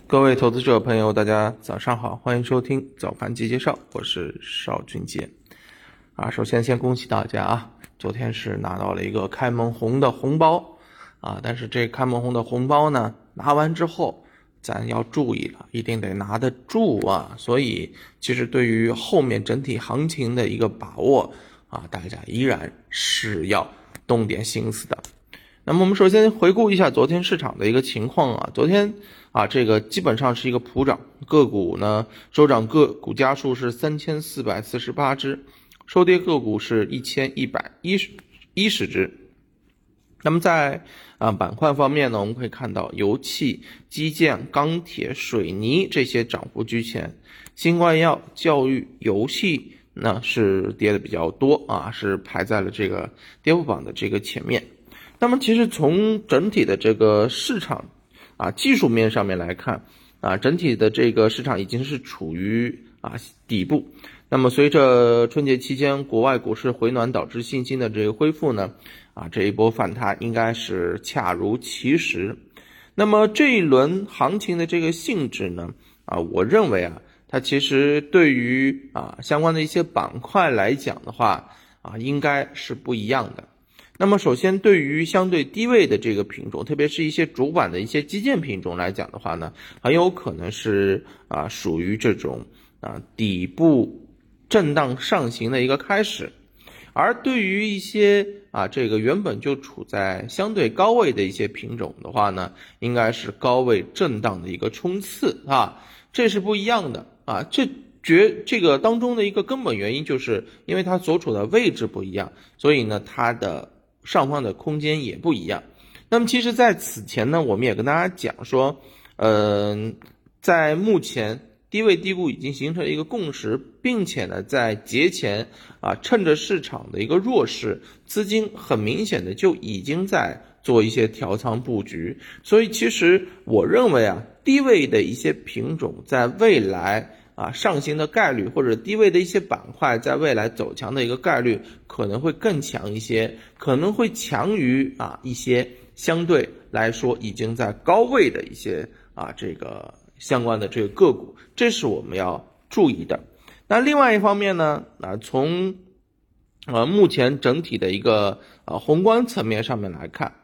各位投资者朋友，大家早上好，欢迎收听早盘集介绍，我是邵俊杰。首先恭喜大家啊，昨天是拿到了一个开门红的红包但是这开门红的红包呢，拿完之后咱要注意了，一定得拿得住所以其实对于后面整体行情的一个把握大家依然是要动点心思的。那么我们首先回顾一下昨天市场的一个情况昨天这个基本上是一个普涨，个股呢收涨个股家数是3448只，收跌个股是1110只。那么在板块方面呢，我们可以看到油气、基建、钢铁、水泥这些涨幅居前，新冠药、教育、游戏呢是跌的比较多是排在了这个跌幅榜的这个前面。那么其实从整体的这个市场技术面上面来看整体的这个市场已经是处于底部。那么随着春节期间国外股市回暖导致信心的这个恢复呢这一波反弹应该是恰如其时。那么这一轮行情的这个性质呢我认为它其实对于相关的一些板块来讲的话应该是不一样的。那么首先对于相对低位的这个品种，特别是一些主板的一些基建品种来讲的话呢，很有可能是属于这种底部震荡上行的一个开始。而对于一些这个原本就处在相对高位的一些品种的话呢，应该是高位震荡的一个冲刺这是不一样的这个当中的一个根本原因就是因为它所处的位置不一样，所以呢它的上方的空间也不一样。那么其实在此前呢，我们也跟大家讲说在目前低位低估已经形成了一个共识，并且呢在节前趁着市场的一个弱势，资金很明显的就已经在做一些调仓布局。所以其实我认为低位的一些品种在未来上行的概率，或者低位的一些板块在未来走强的一个概率可能会更强一些，可能会强于一些相对来说已经在高位的一些这个相关的这个个股，这是我们要注意的。那另外一方面呢从目前整体的一个宏观层面上面来看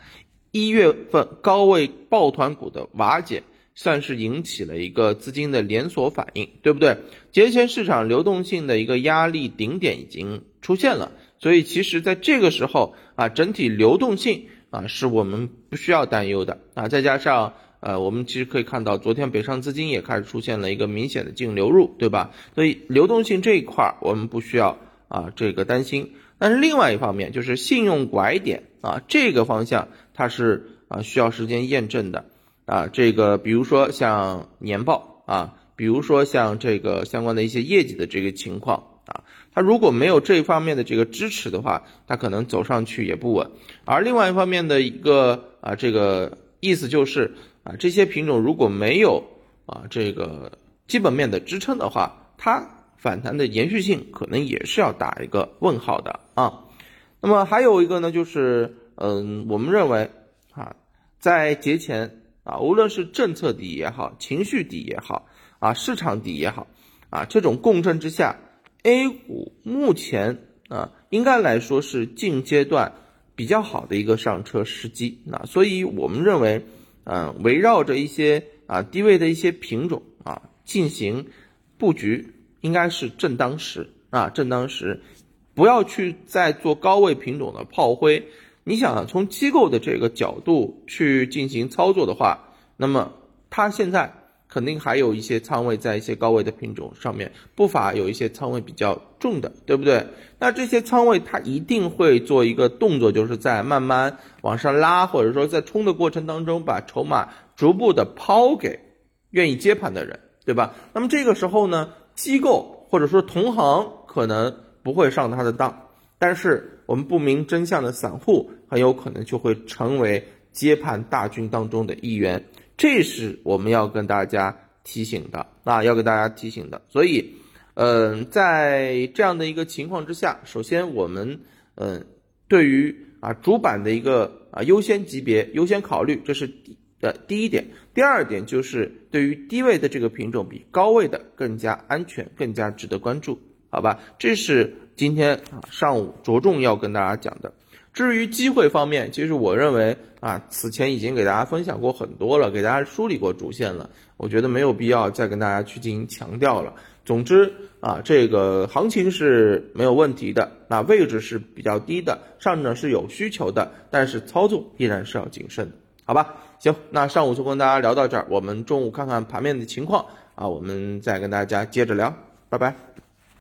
1月份高位抱团股的瓦解算是引起了一个资金的连锁反应，对不对？节前市场流动性的一个压力顶点已经出现了，所以其实在这个时候整体流动性是我们不需要担忧的再加上我们其实可以看到昨天北上资金也开始出现了一个明显的净流入，对吧？所以流动性这一块我们不需要这个担心。但是另外一方面就是信用拐点这个方向它是需要时间验证的这个比如说像年报比如说像这个相关的一些业绩的这个情况它如果没有这一方面的这个支持的话，它可能走上去也不稳。而另外一方面的一个这个意思就是这些品种如果没有这个基本面的支撑的话，它反弹的延续性可能也是要打一个问号的那么还有一个呢就是我们认为在节前无论是政策底也好，情绪底也好市场底也好这种共振之下 A 股目前应该来说是近阶段比较好的一个上车时机所以我们认为围绕着一些低位的一些品种进行布局应该是正当时正当时，不要去再做高位品种的炮灰。你想从机构的这个角度去进行操作的话，那么它现在肯定还有一些仓位在一些高位的品种上面，不乏有一些仓位比较重的，对不对？那这些仓位它一定会做一个动作，就是在慢慢往上拉，或者说在冲的过程当中把筹码逐步的抛给愿意接盘的人，对吧？那么这个时候呢，机构或者说同行可能不会上他的当，但是我们不明真相的散户很有可能就会成为接盘大军当中的一员，这是我们要跟大家提醒的要跟大家提醒的。所以在这样的一个情况之下，首先我们对于主板的一个优先级别优先考虑，这是的第一点。第二点就是对于低位的这个品种比高位的更加安全，更加值得关注，好吧？这是今天上午着重要跟大家讲的。至于机会方面，其实我认为此前已经给大家分享过很多了，给大家梳理过主线了，我觉得没有必要再跟大家去进行强调了。总之这个行情是没有问题的，位置是比较低的，上涨是有需求的，但是操作依然是要谨慎的，好吧？行，那上午就跟大家聊到这儿，我们中午看看盘面的情况我们再跟大家接着聊，拜拜。